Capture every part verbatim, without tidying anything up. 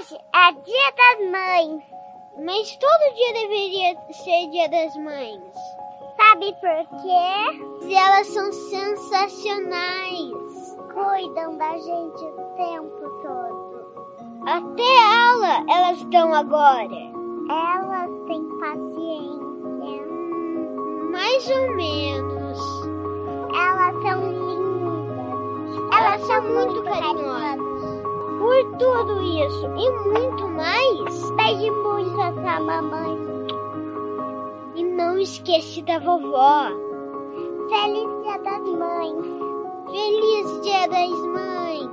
Hoje é Dia das Mães. Mas todo dia deveria ser Dia das Mães. Sabe por quê? Elas são sensacionais. Cuidam da gente o tempo todo. Até aula elas dão agora. Elas têm paciência. Mais ou menos. Elas são lindas. Elas são muito carinhosas. Por tudo isso e muito mais, beijo muito a sua mamãe. E não esquece da vovó. Feliz Dia das Mães. Feliz Dia das Mães.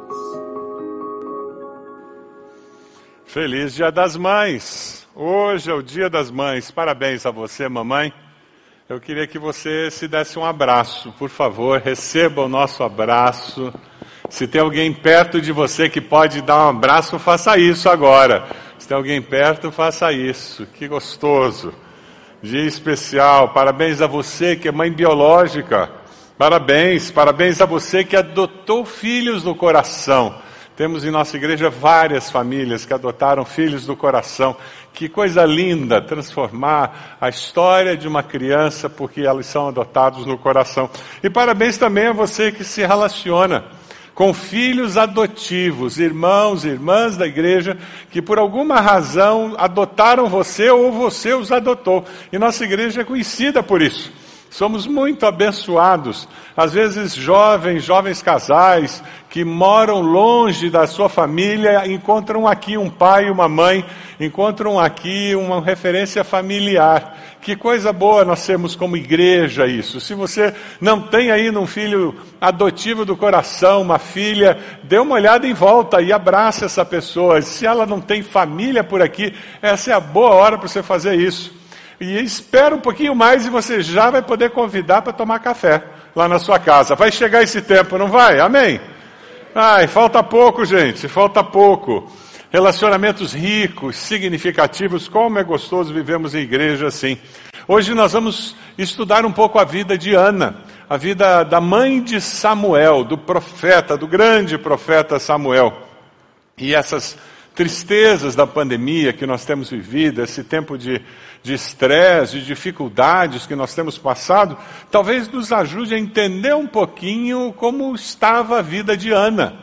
Feliz Dia das Mães. Hoje é o Dia das Mães. Parabéns a você, mamãe. Eu queria que você se desse um abraço. Por favor, receba o nosso abraço. Se tem alguém perto de você que pode dar um abraço, faça isso agora. Se tem alguém perto, faça isso. Que gostoso. Dia especial. Parabéns a você que é mãe biológica. Parabéns. Parabéns a você que adotou filhos no coração. Temos em nossa igreja várias famílias que adotaram filhos do coração. Que coisa linda transformar a história de uma criança porque eles são adotados no coração. E parabéns também a você que se relaciona com filhos adotivos, irmãos e irmãs da igreja, que por alguma razão adotaram você ou você os adotou. E nossa igreja é conhecida por isso. Somos muito abençoados. Às vezes jovens, jovens casais que moram longe da sua família, encontram aqui um pai e uma mãe, encontram aqui uma referência familiar. Que coisa boa nós temos como igreja isso. Se você não tem aí um filho adotivo do coração, uma filha, dê uma olhada em volta e abrace essa pessoa. Se ela não tem família por aqui, essa é a boa hora para você fazer isso. E espera um pouquinho mais e você já vai poder convidar para tomar café lá na sua casa. Vai chegar esse tempo, não vai? Amém? Ai, falta pouco, gente, falta pouco. Relacionamentos ricos, significativos, como é gostoso vivemos em igreja assim. Hoje nós vamos estudar um pouco a vida de Ana, a vida da mãe de Samuel, do profeta, do grande profeta Samuel. E essas tristezas da pandemia que nós temos vivido, esse tempo de de estresse, de dificuldades que nós temos passado, talvez nos ajude a entender um pouquinho como estava a vida de Ana.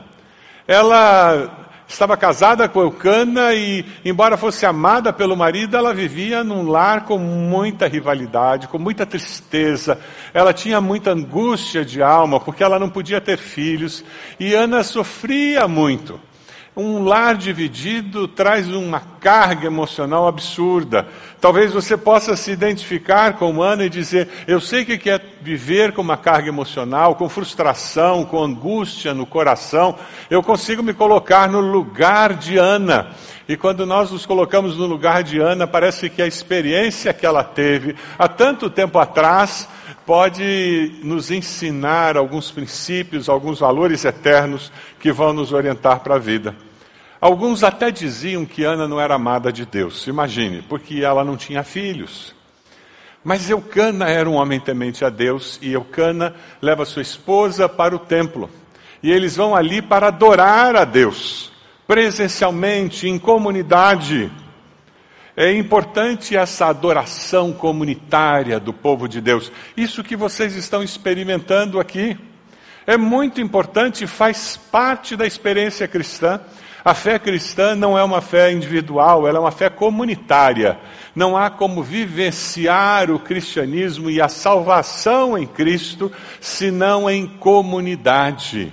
Ela estava casada com Eucana e, embora fosse amada pelo marido, ela vivia num lar com muita rivalidade, com muita tristeza. Ela tinha muita angústia de alma, porque ela não podia ter filhos, e Ana sofria muito. Um lar dividido traz uma carga emocional absurda. Talvez você possa se identificar com Ana e dizer, eu sei o que é viver com uma carga emocional, com frustração, com angústia no coração. Eu consigo me colocar no lugar de Ana. E quando nós nos colocamos no lugar de Ana, parece que a experiência que ela teve há tanto tempo atrás pode nos ensinar alguns princípios, alguns valores eternos que vão nos orientar para a vida. Alguns até diziam que Ana não era amada de Deus, imagine, porque ela não tinha filhos. Mas Eucana era um homem temente a Deus, e Eucana leva sua esposa para o templo. E eles vão ali para adorar a Deus, presencialmente, em comunidade. É importante essa adoração comunitária do povo de Deus. Isso que vocês estão experimentando aqui é muito importante, faz parte da experiência cristã. A fé cristã não é uma fé individual, ela é uma fé comunitária. Não há como vivenciar o cristianismo e a salvação em Cristo, senão em comunidade.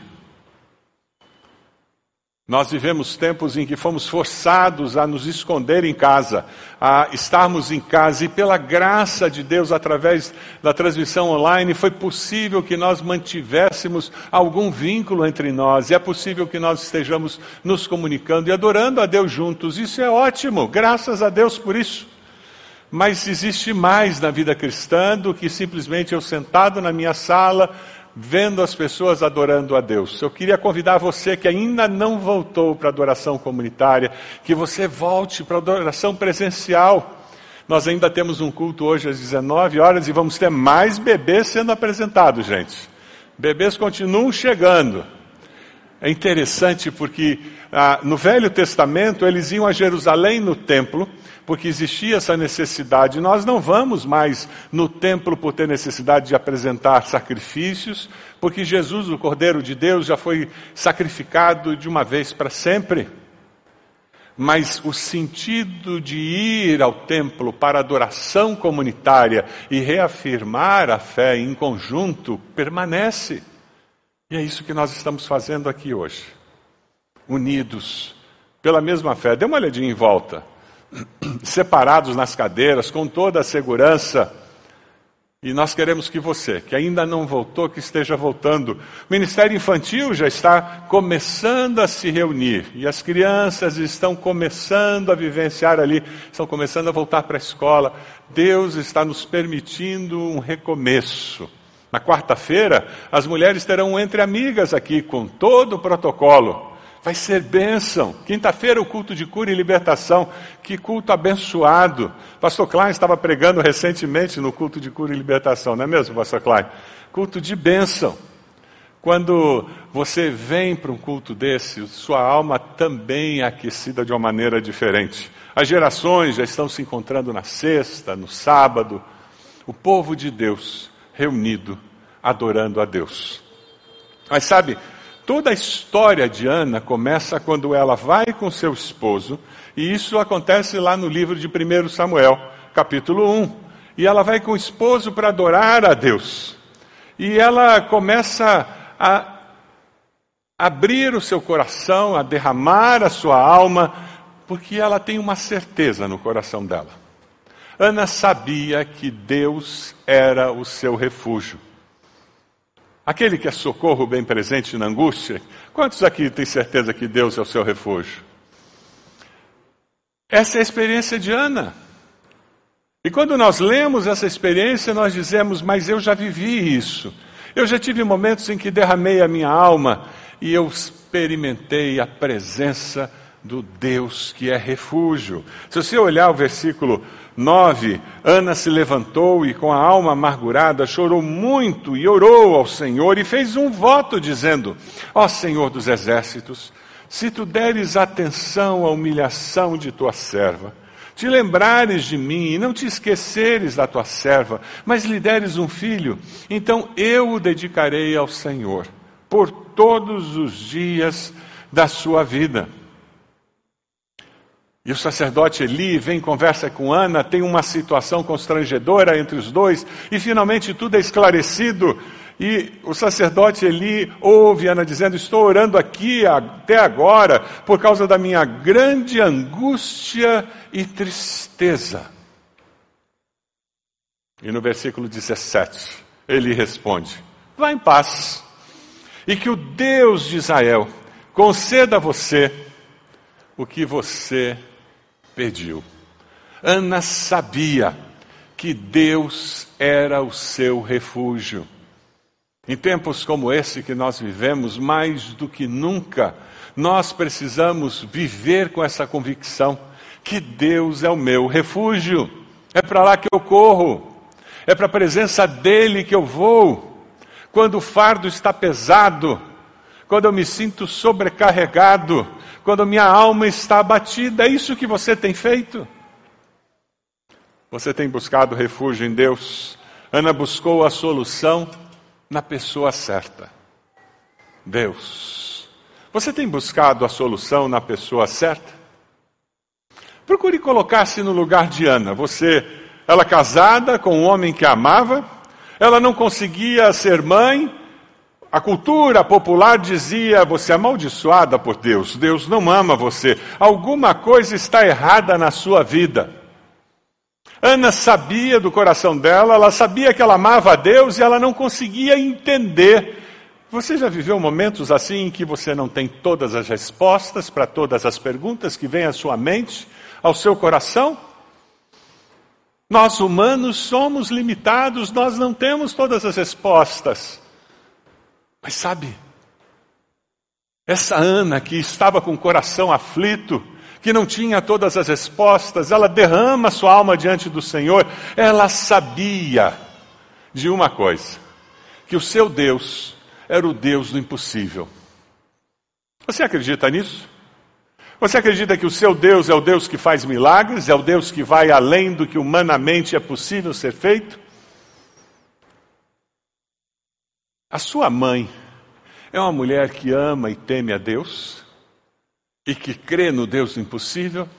Nós vivemos tempos em que fomos forçados a nos esconder em casa, a estarmos em casa, e pela graça de Deus, através da transmissão online, foi possível que nós mantivéssemos algum vínculo entre nós, e é possível que nós estejamos nos comunicando e adorando a Deus juntos. Isso é ótimo, graças a Deus por isso. Mas existe mais na vida cristã do que simplesmente eu sentado na minha sala, vendo as pessoas adorando a Deus. Eu queria convidar você que ainda não voltou para a adoração comunitária, que você volte para a adoração presencial. Nós ainda temos um culto hoje às dezenove horas e vamos ter mais bebês sendo apresentados, gente. Bebês continuam chegando. É interessante porque ah, no Velho Testamento eles iam a Jerusalém no templo, porque existia essa necessidade. Nós não vamos mais no templo por ter necessidade de apresentar sacrifícios, porque Jesus, o Cordeiro de Deus, já foi sacrificado de uma vez para sempre. Mas o sentido de ir ao templo para adoração comunitária e reafirmar a fé em conjunto permanece. E é isso que nós estamos fazendo aqui hoje. Unidos pela mesma fé. Dê uma olhadinha em volta. Separados nas cadeiras, com toda a segurança. E nós queremos que você, que ainda não voltou, que esteja voltando. O Ministério Infantil já está começando a se reunir. E as crianças estão começando a vivenciar ali, estão começando a voltar para a escola. Deus está nos permitindo um recomeço. Na quarta-feira, as mulheres terão um entre amigas aqui, com todo o protocolo. Vai ser bênção. Quinta-feira, o culto de cura e libertação. Que culto abençoado. Pastor Klein estava pregando recentemente no culto de cura e libertação, não é mesmo, Pastor Klein? Culto de bênção. Quando você vem para um culto desse, sua alma também é aquecida de uma maneira diferente. As gerações já estão se encontrando na sexta, no sábado. O povo de Deus reunido, adorando a Deus. Mas sabe, toda a história de Ana começa quando ela vai com seu esposo, e isso acontece lá no livro de primeiro Samuel, capítulo um. E ela vai com o esposo para adorar a Deus. E ela começa a abrir o seu coração, a derramar a sua alma, porque ela tem uma certeza no coração dela. Ana sabia que Deus era o seu refúgio. Aquele que é socorro bem presente na angústia. Quantos aqui têm certeza que Deus é o seu refúgio? Essa é a experiência de Ana. E quando nós lemos essa experiência, nós dizemos, mas eu já vivi isso. Eu já tive momentos em que derramei a minha alma e eu experimentei a presença do Deus que é refúgio. Se você olhar o versículo nove, Ana se levantou e com a alma amargurada chorou muito e orou ao Senhor e fez um voto dizendo, ó Senhor dos exércitos, se tu deres atenção à humilhação de tua serva, te lembrares de mim e não te esqueceres da tua serva, mas lhe deres um filho, então eu o dedicarei ao Senhor por todos os dias da sua vida. E o sacerdote Eli vem, conversa com Ana, tem uma situação constrangedora entre os dois, e finalmente tudo é esclarecido. E o sacerdote Eli ouve Ana dizendo, estou orando aqui até agora por causa da minha grande angústia e tristeza. E no versículo dezessete, ele responde, vá em paz, e que o Deus de Israel conceda a você o que você pediu. Ana sabia que Deus era o seu refúgio. Em tempos como esse que nós vivemos, mais do que nunca, nós precisamos viver com essa convicção que Deus é o meu refúgio. É para lá que eu corro. É para a presença dEle que eu vou. Quando o fardo está pesado, quando eu me sinto sobrecarregado, quando minha alma está abatida, é isso que você tem feito? Você tem buscado refúgio em Deus? Ana buscou a solução na pessoa certa. Deus. Você tem buscado a solução na pessoa certa? Procure colocar-se no lugar de Ana. Você, ela casada com um homem que a amava, ela não conseguia ser mãe. A cultura popular dizia, você é amaldiçoada por Deus, Deus não ama você, alguma coisa está errada na sua vida. Ana sabia do coração dela, ela sabia que ela amava a Deus e ela não conseguia entender. Você já viveu momentos assim em que você não tem todas as respostas para todas as perguntas que vêm à sua mente, ao seu coração? Nós humanos somos limitados, nós não temos todas as respostas. Mas sabe, essa Ana que estava com o coração aflito, que não tinha todas as respostas, ela derrama sua alma diante do Senhor, ela sabia de uma coisa, que o seu Deus era o Deus do impossível. Você acredita nisso? Você acredita que o seu Deus é o Deus que faz milagres, é o Deus que vai além do que humanamente é possível ser feito? A sua mãe é uma mulher que ama e teme a Deus e que crê no Deus do impossível?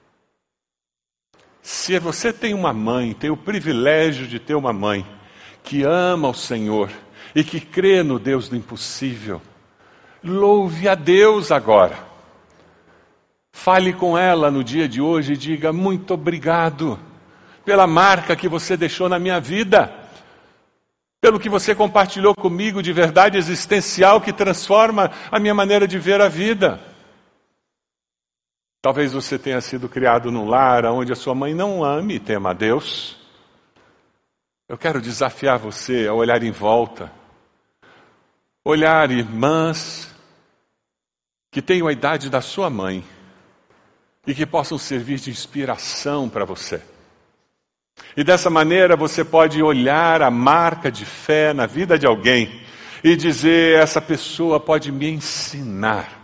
Se você tem uma mãe, tem o privilégio de ter uma mãe que ama o Senhor e que crê no Deus do impossível, louve a Deus agora. Fale com ela no dia de hoje e diga: muito obrigado pela marca que você deixou na minha vida, pelo que você compartilhou comigo de verdade existencial que transforma a minha maneira de ver a vida. Talvez você tenha sido criado num lar onde a sua mãe não ame e tema a Deus. Eu quero desafiar você a olhar em volta, olhar irmãs que tenham a idade da sua mãe e que possam servir de inspiração para você. E dessa maneira você pode olhar a marca de fé na vida de alguém e dizer: essa pessoa pode me ensinar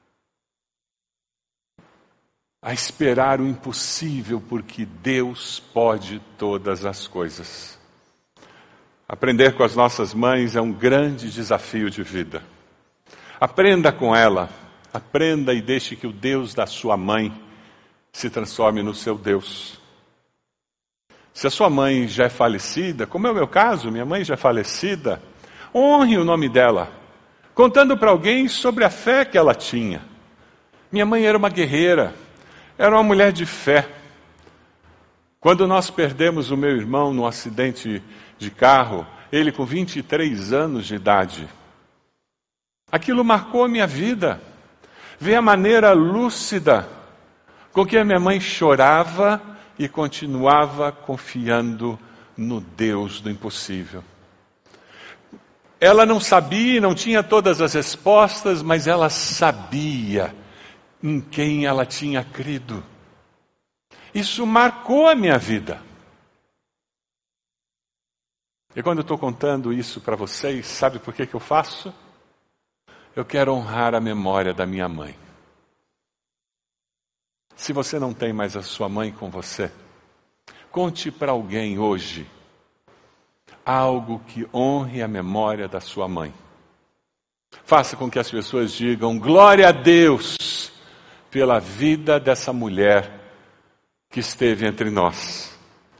a esperar o impossível, porque Deus pode todas as coisas. Aprender com as nossas mães é um grande desafio de vida. Aprenda com ela, aprenda e deixe que o Deus da sua mãe se transforme no seu Deus. Se a sua mãe já é falecida, como é o meu caso, minha mãe já é falecida, honre o nome dela, contando para alguém sobre a fé que ela tinha. Minha mãe era uma guerreira, era uma mulher de fé. Quando nós perdemos o meu irmão num acidente de carro, ele com vinte e três anos de idade, aquilo marcou a minha vida. Ver a maneira lúcida com que a minha mãe chorava e continuava confiando no Deus do impossível. Ela não sabia, não tinha todas as respostas, mas ela sabia em quem ela tinha crido. Isso marcou a minha vida. E quando eu estou contando isso para vocês, sabe por que que eu faço? Eu quero honrar a memória da minha mãe. Se você não tem mais a sua mãe com você, conte para alguém hoje algo que honre a memória da sua mãe. Faça com que as pessoas digam: glória a Deus pela vida dessa mulher que esteve entre nós.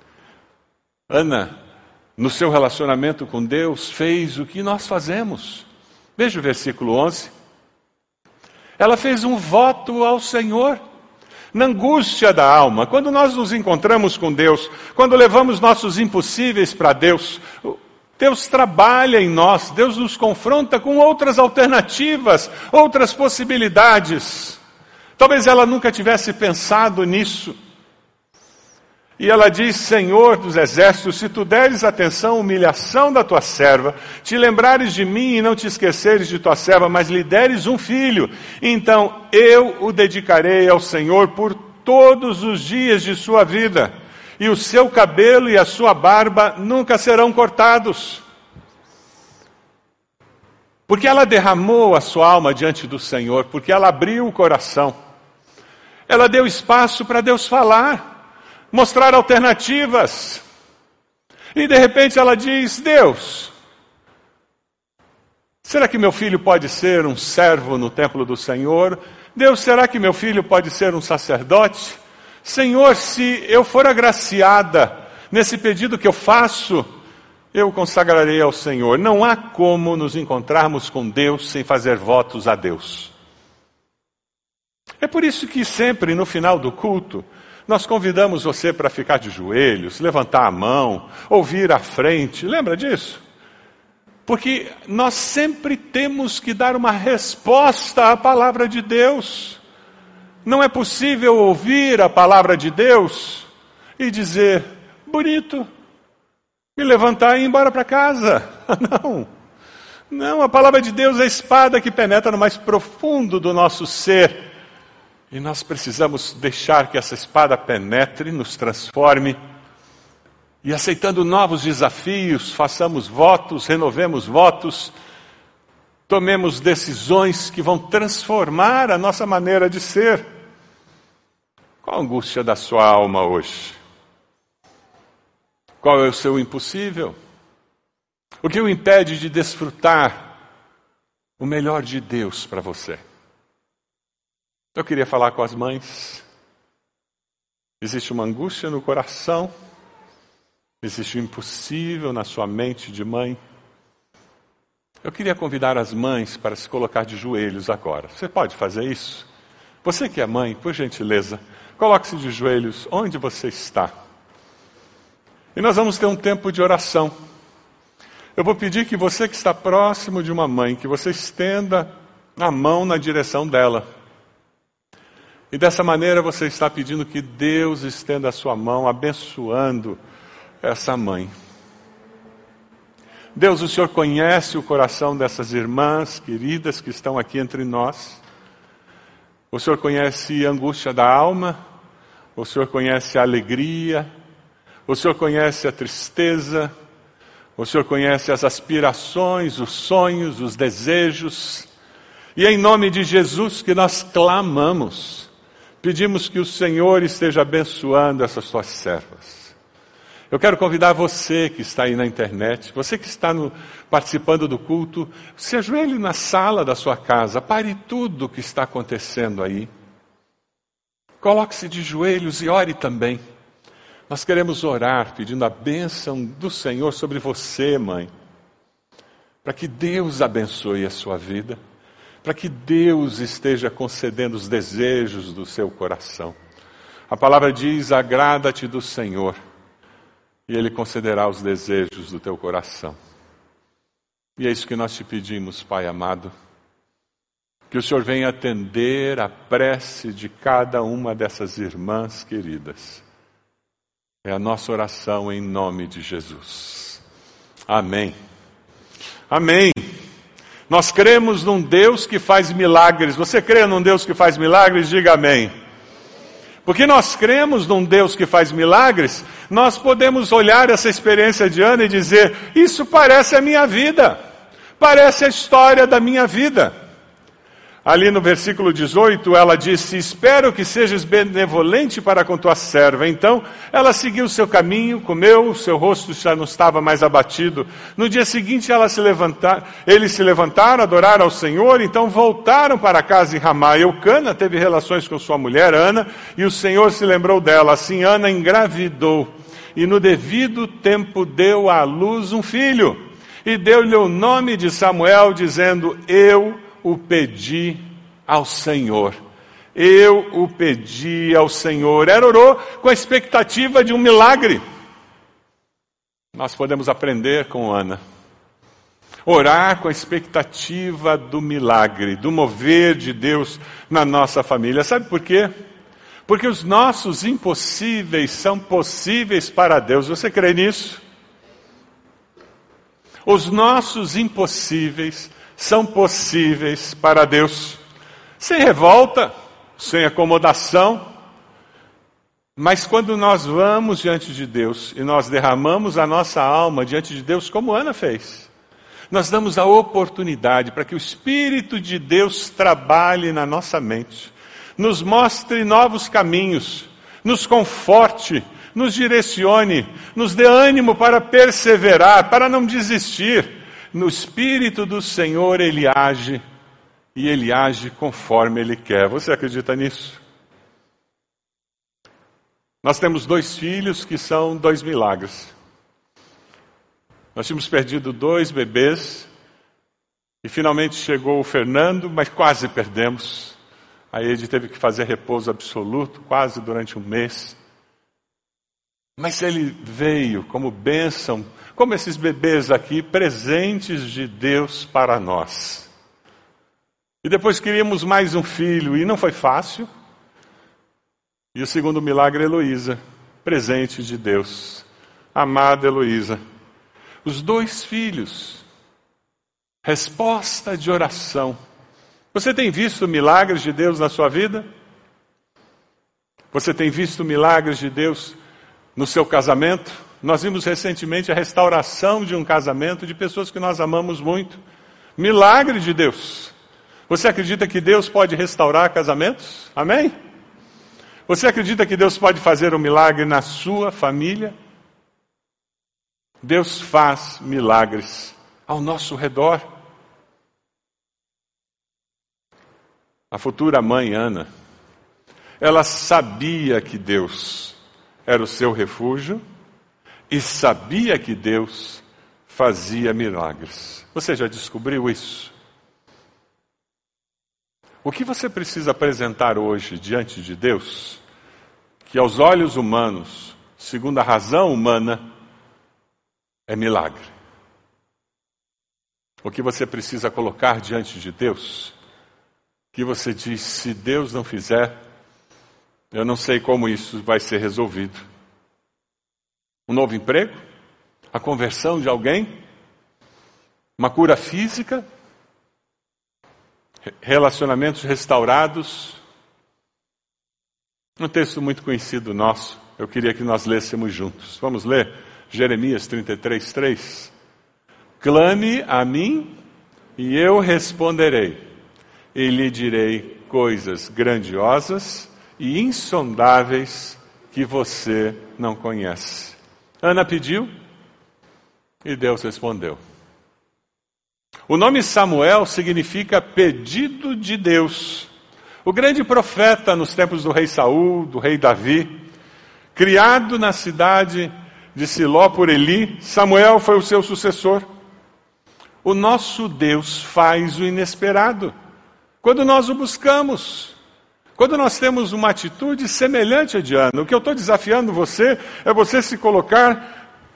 Ana, no seu relacionamento com Deus, fez o que nós fazemos. Veja o versículo onze. Ela fez um voto ao Senhor. Na angústia da alma, quando nós nos encontramos com Deus, quando levamos nossos impossíveis para Deus, Deus trabalha em nós, Deus nos confronta com outras alternativas, outras possibilidades. Talvez ela nunca tivesse pensado nisso. E ela diz: Senhor dos exércitos, se tu deres atenção à humilhação da tua serva, te lembrares de mim e não te esqueceres de tua serva, mas lhe deres um filho, então eu o dedicarei ao Senhor por todos os dias de sua vida, e o seu cabelo e a sua barba nunca serão cortados. Porque ela derramou a sua alma diante do Senhor, porque ela abriu o coração. Ela deu espaço para Deus falar, mostrar alternativas. E de repente ela diz: Deus, será que meu filho pode ser um servo no templo do Senhor? Deus, será que meu filho pode ser um sacerdote? Senhor, se eu for agraciada nesse pedido que eu faço, eu o consagrarei ao Senhor. Não há como nos encontrarmos com Deus sem fazer votos a Deus. É por isso que sempre no final do culto nós convidamos você para ficar de joelhos, levantar a mão, ou vir à frente. Lembra disso? Porque nós sempre temos que dar uma resposta à palavra de Deus. Não é possível ouvir a palavra de Deus e dizer: bonito, e levantar e ir embora para casa. Não. Não, a palavra de Deus é a espada que penetra no mais profundo do nosso ser. E nós precisamos deixar que essa espada penetre, nos transforme, e aceitando novos desafios, façamos votos, renovemos votos, Tomemos decisões que vão transformar a nossa maneira de ser. Qual a angústia da sua alma hoje? Qual é o seu impossível? O que o impede de desfrutar o melhor de Deus para você? Eu queria falar com as mães. Existe uma angústia no coração, existe um impossível na sua mente de mãe. Eu queria convidar as mães para se colocar de joelhos agora. Você pode fazer isso? Você que é mãe, por gentileza, coloque-se de joelhos onde você está. E nós vamos ter um tempo de oração. Eu vou pedir que você que está próximo de uma mãe, que você estenda a mão na direção dela. E dessa maneira você está pedindo que Deus estenda a sua mão, abençoando essa mãe. Deus, o Senhor conhece o coração dessas irmãs queridas que estão aqui entre nós. O Senhor conhece a angústia da alma, o Senhor conhece a alegria, o Senhor conhece a tristeza, o Senhor conhece as aspirações, os sonhos, os desejos. E é em nome de Jesus que nós clamamos. Pedimos que o Senhor esteja abençoando essas suas servas. Eu quero convidar você que está aí na internet, você que está no, participando do culto, se ajoelhe na sala da sua casa, pare tudo o que está acontecendo aí. Coloque-se de joelhos e ore também. Nós queremos orar pedindo a bênção do Senhor sobre você, mãe, para que Deus abençoe a sua vida, para que Deus esteja concedendo os desejos do seu coração. A palavra diz, agrada-te do Senhor, e Ele concederá os desejos do teu coração. E é isso que nós te pedimos, Pai amado, que o Senhor venha atender a prece de cada uma dessas irmãs queridas. É a nossa oração em nome de Jesus. Amém. Amém. Nós cremos num Deus que faz milagres. Você crê num Deus que faz milagres? Diga amém. Porque nós cremos num Deus que faz milagres, nós podemos olhar essa experiência de Ana e dizer, isso parece a minha vida, parece a história da minha vida. Ali no versículo dezoito, ela disse, espero que sejas benevolente para com tua serva. Então, ela seguiu o seu caminho, comeu, seu rosto já não estava mais abatido. No dia seguinte, ela se levantar, eles se levantaram, adoraram ao Senhor, então voltaram para casa em Ramá. Eucana teve relações com sua mulher, Ana, e o Senhor se lembrou dela. Assim, Ana engravidou, e no devido tempo deu à luz um filho. E deu-lhe o nome de Samuel, dizendo, eu o pedi ao Senhor. Eu o pedi ao Senhor. Ela orou com a expectativa de um milagre. Nós podemos aprender com Ana. Orar com a expectativa do milagre, do mover de Deus na nossa família. Sabe por quê? Porque os nossos impossíveis são possíveis para Deus. Você crê nisso? Os nossos impossíveis são possíveis para Deus, sem revolta, sem acomodação, mas quando nós vamos diante de Deus e nós derramamos a nossa alma diante de Deus, como Ana fez, nós damos a oportunidade para que o Espírito de Deus trabalhe na nossa mente, nos mostre novos caminhos, nos conforte, nos direcione, nos dê ânimo para perseverar, para não desistir. No Espírito do Senhor Ele age, e Ele age conforme Ele quer. Você acredita nisso? Nós temos dois filhos que são dois milagres. Nós tínhamos perdido dois bebês, e finalmente chegou o Fernando, mas quase perdemos. A Edi teve que fazer repouso absoluto, quase durante um mês. Mas ele veio como bênção, como esses bebês aqui, presentes de Deus para nós. E depois queríamos mais um filho, e não foi fácil. E o segundo milagre, Heloísa, presente de Deus. Amada Heloísa. Os dois filhos, resposta de oração. Você tem visto milagres de Deus na sua vida? Você tem visto milagres de Deus no seu casamento? Nós vimos recentemente a restauração de um casamento de pessoas que nós amamos muito. Milagre de Deus. Você acredita que Deus pode restaurar casamentos? Amém? Você acredita que Deus pode fazer um milagre na sua família? Deus faz milagres ao nosso redor. A futura mãe Ana, ela sabia que Deus era o seu refúgio e sabia que Deus fazia milagres. Você já descobriu isso? O que você precisa apresentar hoje diante de Deus, que aos olhos humanos, segundo a razão humana, é milagre? O que você precisa colocar diante de Deus, que você diz, se Deus não fizer, eu não sei como isso vai ser resolvido. Um novo emprego? A conversão de alguém? Uma cura física? Relacionamentos restaurados? Um texto muito conhecido nosso, eu queria que nós lêssemos juntos. Vamos ler Jeremias trinta e três, três. Clame a mim e eu responderei, e lhe direi coisas grandiosas e insondáveis que você não conhece. Ana pediu e Deus respondeu. O nome Samuel significa pedido de Deus. O grande profeta nos tempos do rei Saul, do rei Davi, criado na cidade de Siló por Eli, Samuel foi o seu sucessor. O nosso Deus faz o inesperado quando nós o buscamos. Quando nós temos uma atitude semelhante a de Ana. O que eu estou desafiando você é você se colocar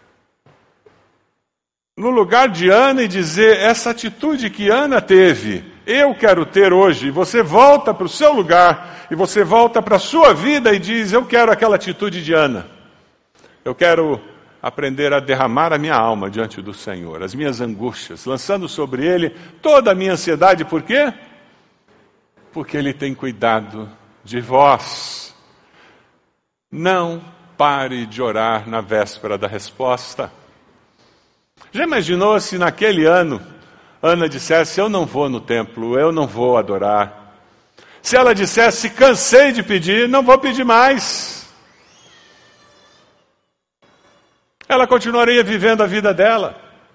no lugar de Ana e dizer, essa atitude que Ana teve, eu quero ter hoje. E você volta para o seu lugar, e você volta para a sua vida e diz, eu quero aquela atitude de Ana. Eu quero aprender a derramar a minha alma diante do Senhor, as minhas angústias, lançando sobre Ele toda a minha ansiedade. Por quê? Porque Ele tem cuidado de vós. Não pare de orar na véspera da resposta. Já imaginou se naquele ano Ana dissesse, eu não vou no templo, eu não vou adorar. Se ela dissesse, cansei de pedir, não vou pedir mais. Ela continuaria vivendo a vida dela,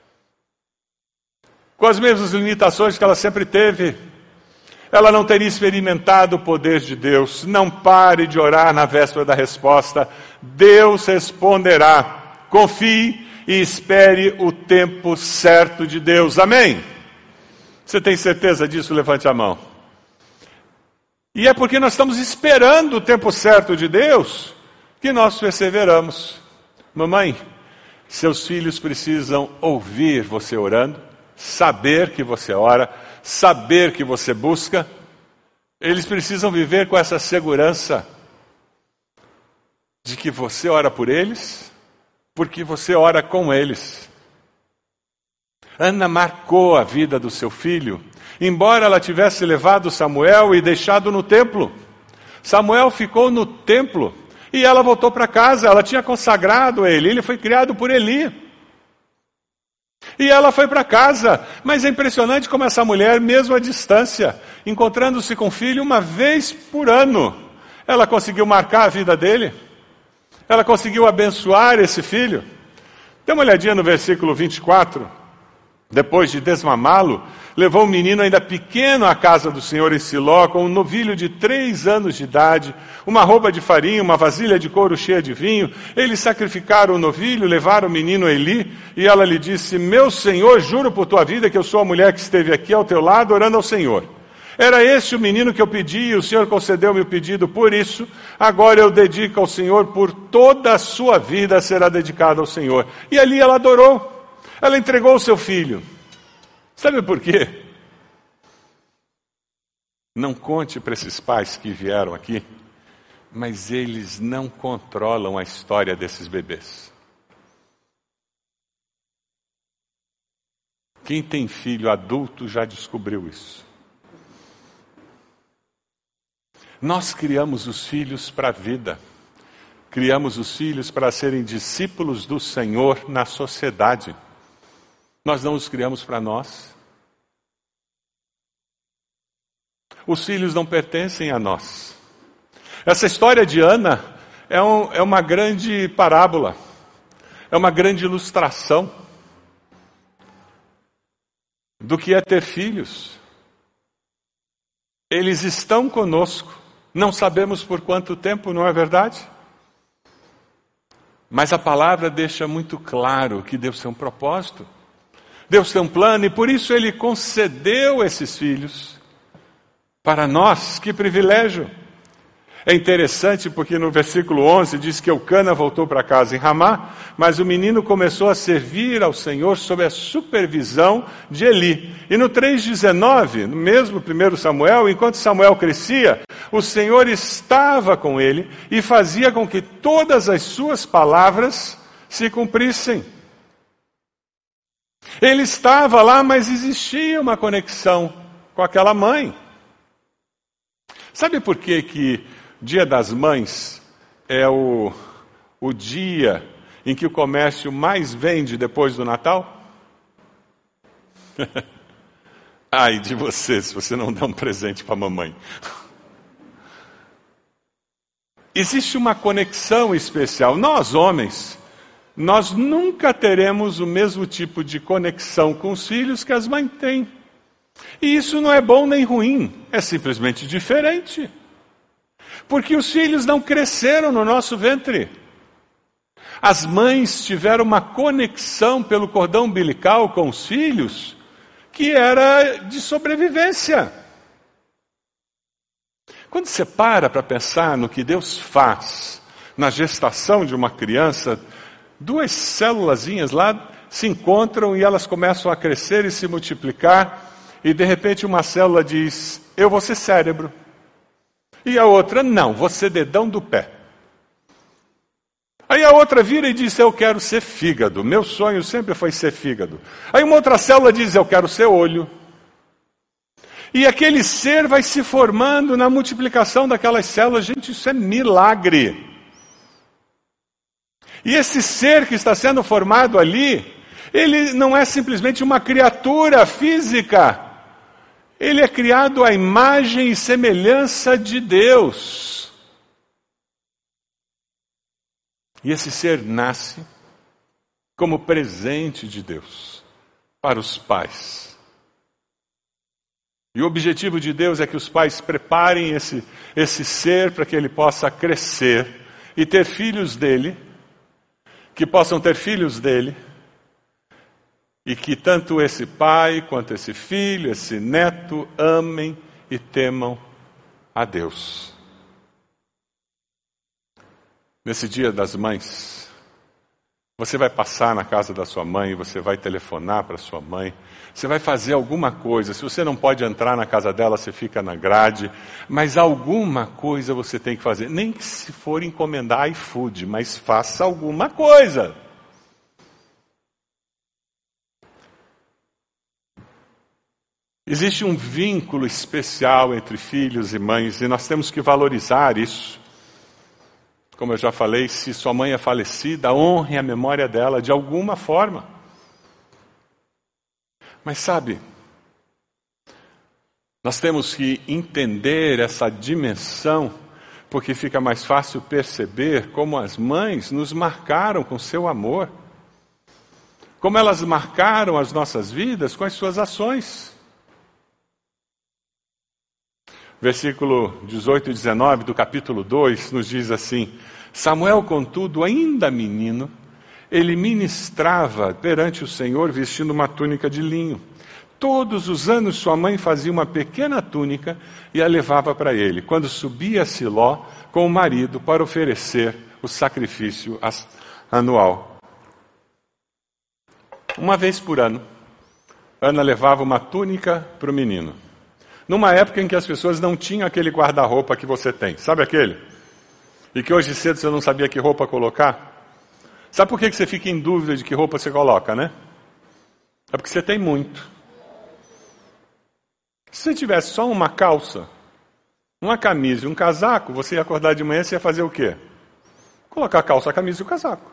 com as mesmas limitações que ela sempre teve. Ela não teria experimentado o poder de Deus. Não pare de orar na véspera da resposta. Deus responderá. Confie e espere o tempo certo de Deus. Amém? Você tem certeza disso? Levante a mão. E é porque nós estamos esperando o tempo certo de Deus que nós perseveramos. Mamãe, seus filhos precisam ouvir você orando, saber que você ora, saber que você busca. Eles precisam viver com essa segurança de que você ora por eles, porque você ora com eles. Ana marcou a vida do seu filho, embora ela tivesse levado Samuel e deixado no templo. Samuel ficou no templo e ela voltou para casa. Ela tinha consagrado ele, ele foi criado por Eli. E ela foi para casa. Mas é impressionante como essa mulher, mesmo à distância, encontrando-se com o filho uma vez por ano, ela conseguiu marcar a vida dele. Ela conseguiu abençoar esse filho. Dê uma olhadinha no versículo vinte e quatro. Depois de desmamá-lo, levou o menino ainda pequeno à casa do Senhor em Siló, com um novilho de três anos de idade, uma roupa de farinha, uma vasilha de couro cheia de vinho. Eles sacrificaram o novilho, levaram o menino a Eli, e ela lhe disse, meu senhor, juro por tua vida que eu sou a mulher que esteve aqui ao teu lado, orando ao Senhor. Era esse o menino que eu pedi, e o Senhor concedeu-me o pedido, por isso, agora eu dedico ao Senhor, por toda a sua vida será dedicada ao Senhor. E ali ela adorou. Ela entregou o seu filho. Sabe por quê? Não conte para esses pais que vieram aqui, mas eles não controlam a história desses bebês. Quem tem filho adulto já descobriu isso. Nós criamos os filhos para a vida. Criamos os filhos para serem discípulos do Senhor na sociedade. Nós não os criamos para nós. Os filhos não pertencem a nós. Essa história de Ana é, um, é uma grande parábola, é uma grande ilustração do que é ter filhos. Eles estão conosco, não sabemos por quanto tempo, não é verdade? Mas a palavra deixa muito claro que Deus tem um propósito, Deus tem um plano, e por isso Ele concedeu esses filhos para nós. Que privilégio! É interessante porque no versículo onze diz que Eucana voltou para casa em Ramá, mas o menino começou a servir ao Senhor sob a supervisão de Eli. E no três dezenove, no mesmo primeiro Samuel, enquanto Samuel crescia, o Senhor estava com ele e fazia com que todas as suas palavras se cumprissem. Ele estava lá, mas existia uma conexão com aquela mãe. Sabe por que que Dia das Mães é o, o dia em que o comércio mais vende depois do Natal? Ai de você, se você não dá um presente para a mamãe. Existe uma conexão especial. Nós, homens, nós nunca teremos o mesmo tipo de conexão com os filhos que as mães têm. E isso não é bom nem ruim, é simplesmente diferente. Porque os filhos não cresceram no nosso ventre. As mães tiveram uma conexão pelo cordão umbilical com os filhos que era de sobrevivência. Quando você para para pensar no que Deus faz na gestação de uma criança, duas célulazinhas lá se encontram e elas começam a crescer e se multiplicar, e de repente uma célula diz, eu vou ser cérebro. E a outra, não, vou ser dedão do pé. Aí a outra vira e diz, eu quero ser fígado. Meu sonho sempre foi ser fígado. Aí uma outra célula diz, eu quero ser olho. E aquele ser vai se formando na multiplicação daquelas células. Gente, isso é milagre. E esse ser que está sendo formado ali, ele não é simplesmente uma criatura física. Ele é criado à imagem e semelhança de Deus. E esse ser nasce como presente de Deus para os pais. E o objetivo de Deus é que os pais preparem esse, esse ser para que ele possa crescer e ter filhos dele, que possam ter filhos dele, e que tanto esse pai, quanto esse filho, esse neto, amem e temam a Deus. Nesse Dia das Mães, você vai passar na casa da sua mãe, você vai telefonar para sua mãe, você vai fazer alguma coisa. Se você não pode entrar na casa dela, você fica na grade, mas alguma coisa você tem que fazer. Nem que se for encomendar iFood, mas faça alguma coisa. Existe um vínculo especial entre filhos e mães e nós temos que valorizar isso. Como eu já falei, se sua mãe é falecida, honre a memória dela de alguma forma. Mas sabe, nós temos que entender essa dimensão, porque fica mais fácil perceber como as mães nos marcaram com seu amor. Como elas marcaram as nossas vidas com as suas ações. Versículo dezoito e dezenove do capítulo dois nos diz assim, Samuel, contudo, ainda menino, ele ministrava perante o Senhor vestindo uma túnica de linho. Todos os anos sua mãe fazia uma pequena túnica e a levava para ele, quando subia a Siló com o marido para oferecer o sacrifício anual. Uma vez por ano, Ana levava uma túnica para o menino. Numa época em que as pessoas não tinham aquele guarda-roupa que você tem. Sabe aquele? E que hoje cedo você não sabia que roupa colocar? Sabe por que você fica em dúvida de que roupa você coloca, né? É porque você tem muito. Se você tivesse só uma calça, uma camisa e um casaco, você ia acordar de manhã e você ia fazer o quê? Colocar a calça, a camisa e o casaco.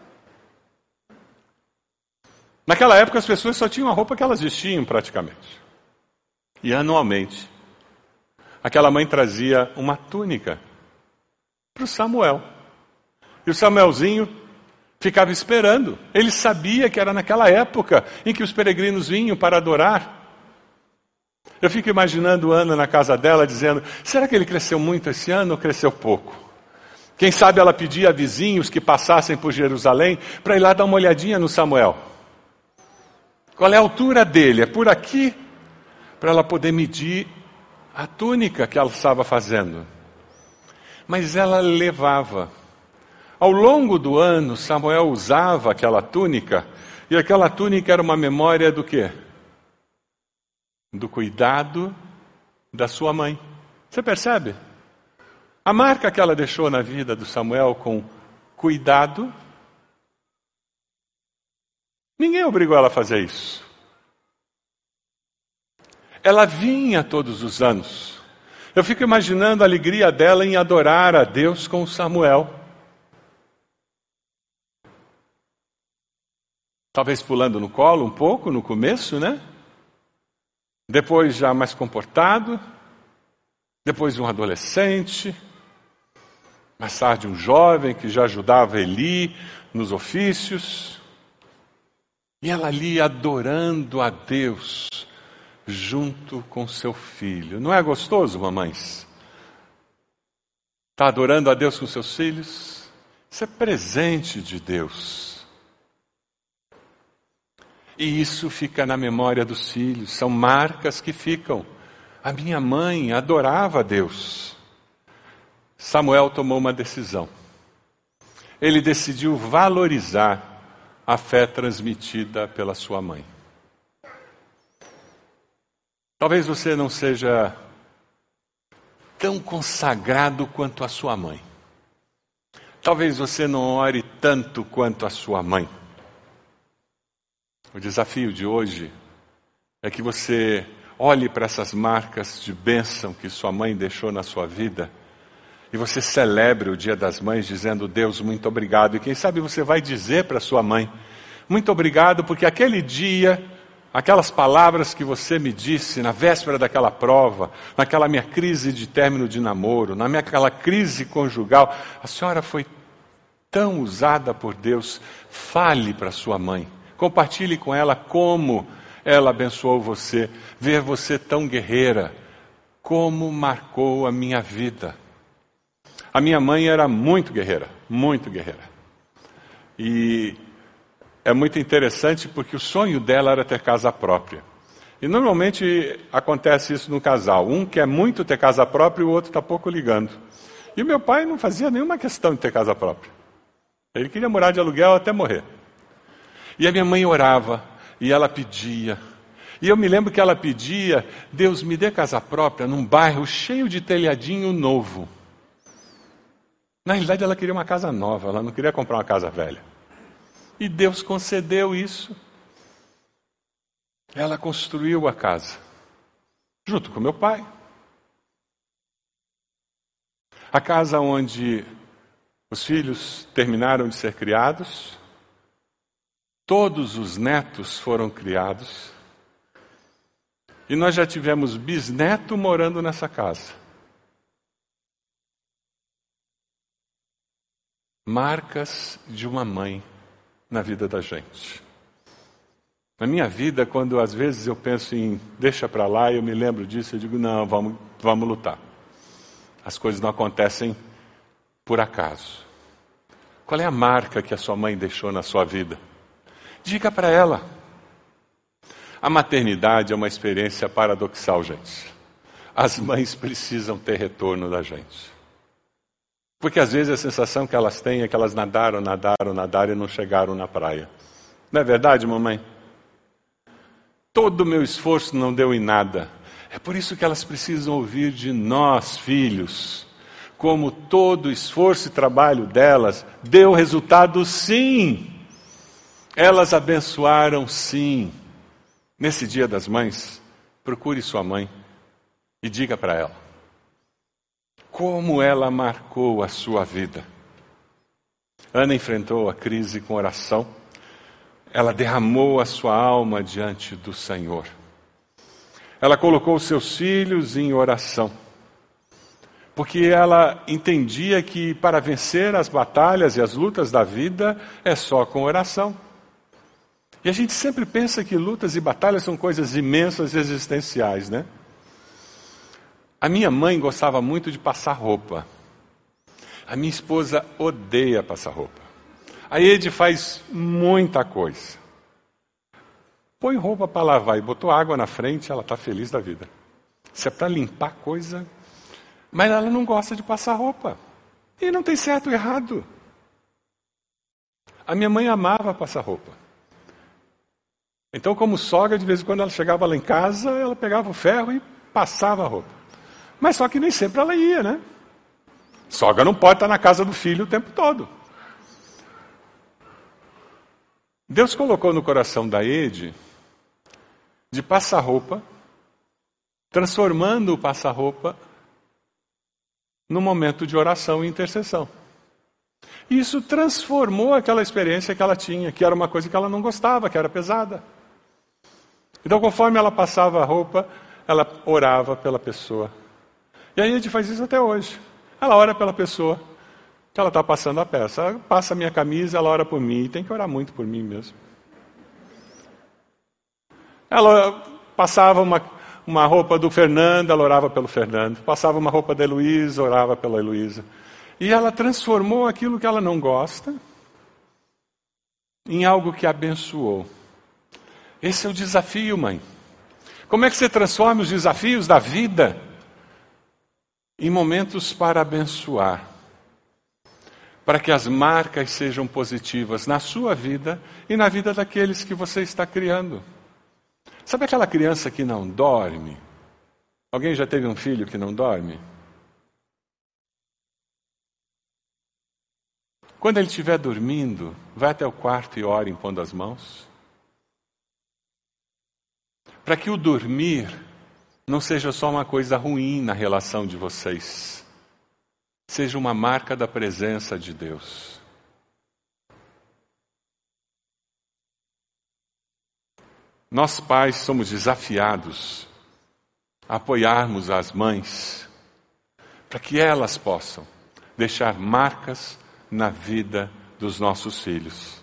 Naquela época as pessoas só tinham a roupa que elas vestiam praticamente. E anualmente, aquela mãe trazia uma túnica para o Samuel. E o Samuelzinho ficava esperando. Ele sabia que era naquela época em que os peregrinos vinham para adorar. Eu fico imaginando Ana na casa dela dizendo, será que ele cresceu muito esse ano ou cresceu pouco? Quem sabe ela pedia a vizinhos que passassem por Jerusalém para ir lá dar uma olhadinha no Samuel. Qual é a altura dele? É por aqui? Para ela poder medir a túnica que ela estava fazendo. Mas ela levava. Ao longo do ano, Samuel usava aquela túnica, e aquela túnica era uma memória do quê? Do cuidado da sua mãe. Você percebe? A marca que ela deixou na vida do Samuel com cuidado, ninguém obrigou ela a fazer isso. Ela vinha todos os anos. Eu fico imaginando a alegria dela em adorar a Deus com Samuel. Talvez pulando no colo um pouco no começo, né? Depois já mais comportado. Depois um adolescente. Mais tarde um jovem que já ajudava Eli nos ofícios. E ela ali adorando a Deus junto com seu filho. Não é gostoso, mamães? Está adorando a Deus com seus filhos? Isso é presente de Deus. E isso fica na memória dos filhos, são marcas que ficam. A minha mãe adorava a Deus. Samuel tomou uma decisão. Ele decidiu valorizar a fé transmitida pela sua mãe. Talvez você não seja tão consagrado quanto a sua mãe. Talvez você não ore tanto quanto a sua mãe. O desafio de hoje é que você olhe para essas marcas de bênção que sua mãe deixou na sua vida e você celebre o Dia das Mães dizendo, Deus, muito obrigado. E quem sabe você vai dizer para sua mãe, muito obrigado porque aquele dia, aquelas palavras que você me disse na véspera daquela prova, naquela minha crise de término de namoro, na minha aquela crise conjugal, a senhora foi tão usada por Deus. Fale para sua mãe. Compartilhe com ela como ela abençoou você, ver você tão guerreira, como marcou a minha vida. A minha mãe era muito guerreira, muito guerreira. E é muito interessante porque o sonho dela era ter casa própria. E normalmente acontece isso no casal. Um quer muito ter casa própria e o outro está pouco ligando. E o meu pai não fazia nenhuma questão de ter casa própria. Ele queria morar de aluguel até morrer. E a minha mãe orava, e ela pedia. E eu me lembro que ela pedia, Deus, me dê casa própria num bairro cheio de telhadinho novo. Na realidade, ela queria uma casa nova, ela não queria comprar uma casa velha. E Deus concedeu isso. Ela construiu a casa, junto com meu pai. A casa onde os filhos terminaram de ser criados. Todos os netos foram criados. E nós já tivemos bisneto morando nessa casa. Marcas de uma mãe na vida da gente. Na minha vida, quando às vezes eu penso em deixa para lá e eu me lembro disso, eu digo, não, vamos, vamos lutar. As coisas não acontecem por acaso. Qual é a marca que a sua mãe deixou na sua vida? Diga para ela. A maternidade é uma experiência paradoxal, gente. As mães precisam ter retorno da gente. Porque às vezes a sensação que elas têm é que elas nadaram, nadaram, nadaram e não chegaram na praia. Não é verdade, mamãe? Todo o meu esforço não deu em nada. É por isso que elas precisam ouvir de nós, filhos, como todo o esforço e trabalho delas deu resultado sim. Elas abençoaram sim. Nesse Dia das Mães, procure sua mãe e diga para ela como ela marcou a sua vida. Ana enfrentou a crise com oração. Ela derramou a sua alma diante do Senhor. Ela colocou seus filhos em oração. Porque ela entendia que para vencer as batalhas e as lutas da vida é só com oração. E a gente sempre pensa que lutas e batalhas são coisas imensas e existenciais, né? A minha mãe gostava muito de passar roupa. A minha esposa odeia passar roupa. A Ede faz muita coisa. Põe roupa para lavar e botou água na frente, ela está feliz da vida. Se é para limpar coisa... Mas ela não gosta de passar roupa. E não tem certo ou errado. A minha mãe amava passar roupa. Então, como sogra, de vez em quando ela chegava lá em casa, ela pegava o ferro e passava a roupa. Mas só que nem sempre ela ia, né? Sogra não pode estar na casa do filho o tempo todo. Deus colocou no coração da Ede de passar roupa, transformando o passar roupa no momento de oração e intercessão. E isso transformou aquela experiência que ela tinha, que era uma coisa que ela não gostava, que era pesada. Então, conforme ela passava a roupa, ela orava pela pessoa. E aí a gente faz isso até hoje. Ela ora pela pessoa que ela está passando a peça. Ela passa a minha camisa, ela ora por mim. E tem que orar muito por mim mesmo. Ela passava uma... uma roupa do Fernando, ela orava pelo Fernando. Passava uma roupa da Heloísa, orava pela Heloísa. E ela transformou aquilo que ela não gosta em algo que abençoou. Esse é o desafio, mãe. Como é que você transforma os desafios da vida em momentos para abençoar? Para que as marcas sejam positivas na sua vida e na vida daqueles que você está criando. Sabe aquela criança que não dorme? Alguém já teve um filho que não dorme? Quando ele estiver dormindo, vai até o quarto e ore impondo as mãos. Para que o dormir não seja só uma coisa ruim na relação de vocês. Seja uma marca da presença de Deus. Nós pais somos desafiados a apoiarmos as mães para que elas possam deixar marcas na vida dos nossos filhos.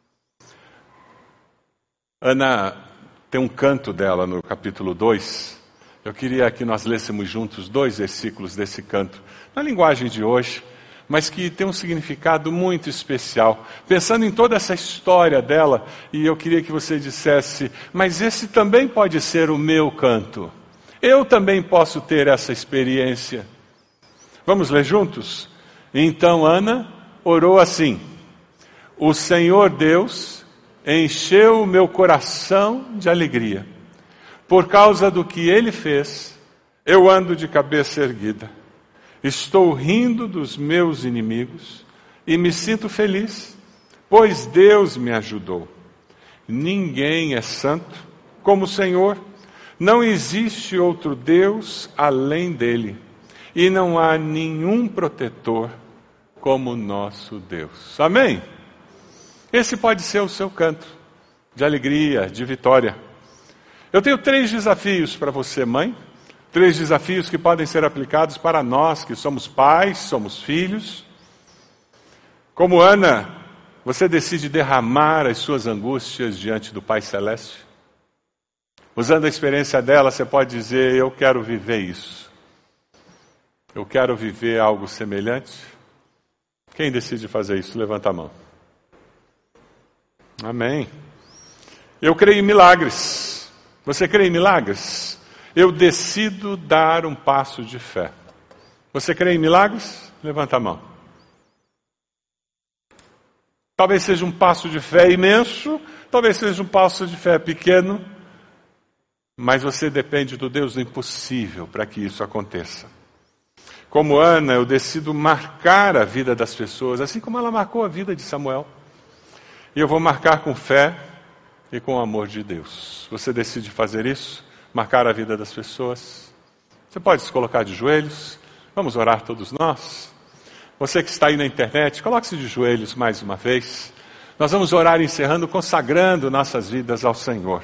Ana tem um canto dela no capítulo dois. Eu queria que nós lêssemos juntos dois versículos desse canto, na linguagem de hoje, mas que tem um significado muito especial. Pensando em toda essa história dela, e eu queria que você dissesse, mas esse também pode ser o meu canto. Eu também posso ter essa experiência. Vamos ler juntos? Então Ana orou assim: o Senhor Deus encheu o meu coração de alegria. Por causa do que Ele fez, eu ando de cabeça erguida. Estou rindo dos meus inimigos e me sinto feliz, pois Deus me ajudou. Ninguém é santo como o Senhor. Não existe outro Deus além dele. E não há nenhum protetor como o nosso Deus. Amém? Esse pode ser o seu canto de alegria, de vitória. Eu tenho três desafios para você, mãe. Três desafios que podem ser aplicados para nós, que somos pais, somos filhos. Como Ana, você decide derramar as suas angústias diante do Pai Celeste? Usando a experiência dela, você pode dizer, eu quero viver isso. Eu quero viver algo semelhante. Quem decide fazer isso? Levanta a mão. Amém. Eu creio em milagres. Você crê em milagres? Eu decido dar um passo de fé. Você crê em milagres? Levanta a mão. Talvez seja um passo de fé imenso, talvez seja um passo de fé pequeno, mas você depende do Deus do impossível para que isso aconteça. Como Ana, eu decido marcar a vida das pessoas, assim como ela marcou a vida de Samuel. E eu vou marcar com fé e com o amor de Deus. Você decide fazer isso? Marcar a vida das pessoas? Você pode se colocar de joelhos? Vamos orar todos nós? Você que está aí na internet, coloque-se de joelhos mais uma vez. Nós vamos orar encerrando, consagrando nossas vidas ao Senhor.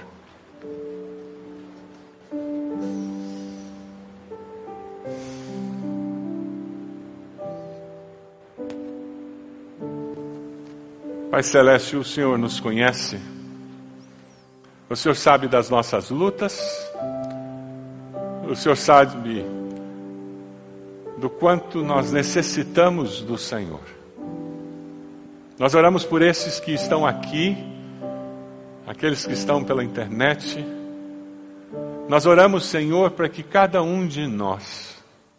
Pai Celeste, o Senhor nos conhece. O Senhor sabe das nossas lutas. O Senhor sabe do quanto nós necessitamos do Senhor. Nós oramos por esses que estão aqui, aqueles que estão pela internet. Nós oramos, Senhor, para que cada um de nós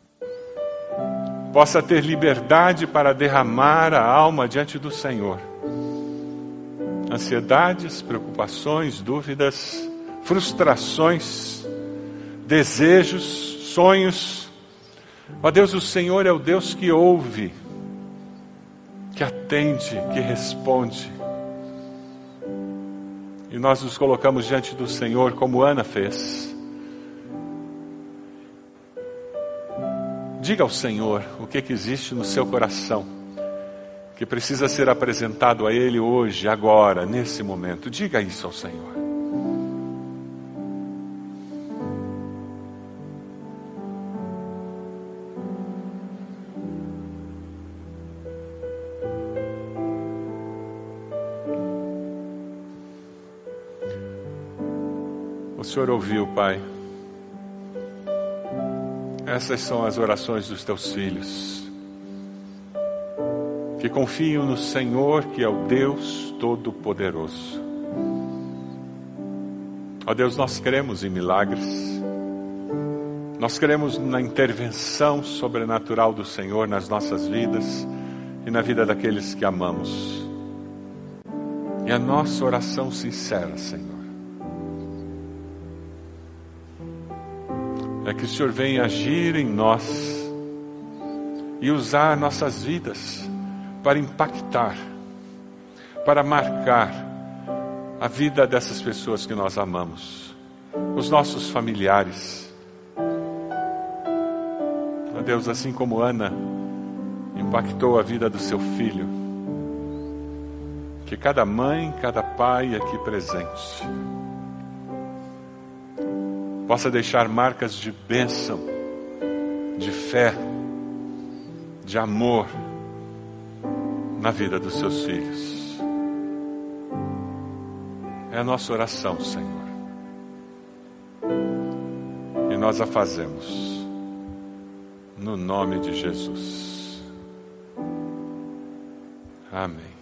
possa ter liberdade para derramar a alma diante do Senhor. Ansiedades, preocupações, dúvidas, frustrações, desejos, sonhos. Ó Deus, o Senhor é o Deus que ouve, que atende, que responde. E nós nos colocamos diante do Senhor como Ana fez. Diga ao Senhor o que, que existe no seu coração, que precisa ser apresentado a Ele hoje, agora, nesse momento. Diga isso ao Senhor. O Senhor ouviu, Pai. Essas são as orações dos teus filhos, que confiam no Senhor, que é o Deus Todo-Poderoso. Ó Deus, nós cremos em milagres, nós cremos na intervenção sobrenatural do Senhor nas nossas vidas e na vida daqueles que amamos. E a nossa oração sincera, Senhor, é que o Senhor venha agir em nós e usar nossas vidas para impactar, para marcar a vida dessas pessoas que nós amamos, os nossos familiares. Ó Deus, assim como Ana impactou a vida do seu filho, que cada mãe, cada pai aqui presente possa deixar marcas de bênção, de fé, de amor na vida dos seus filhos. É a nossa oração, Senhor. E nós a fazemos no nome de Jesus. Amém.